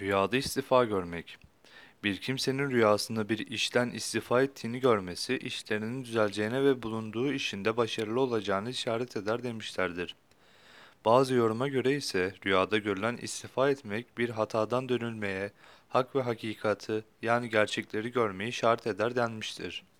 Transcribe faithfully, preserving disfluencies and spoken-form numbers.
Rüyada istifa görmek. Bir kimsenin rüyasında bir işten istifa ettiğini görmesi, işlerinin düzeleceğine ve bulunduğu işinde başarılı olacağını işaret eder demişlerdir. Bazı yoruma göre ise rüyada görülen istifa etmek bir hatadan dönülmeye, hak ve hakikati yani gerçekleri görmeyi işaret eder denmiştir.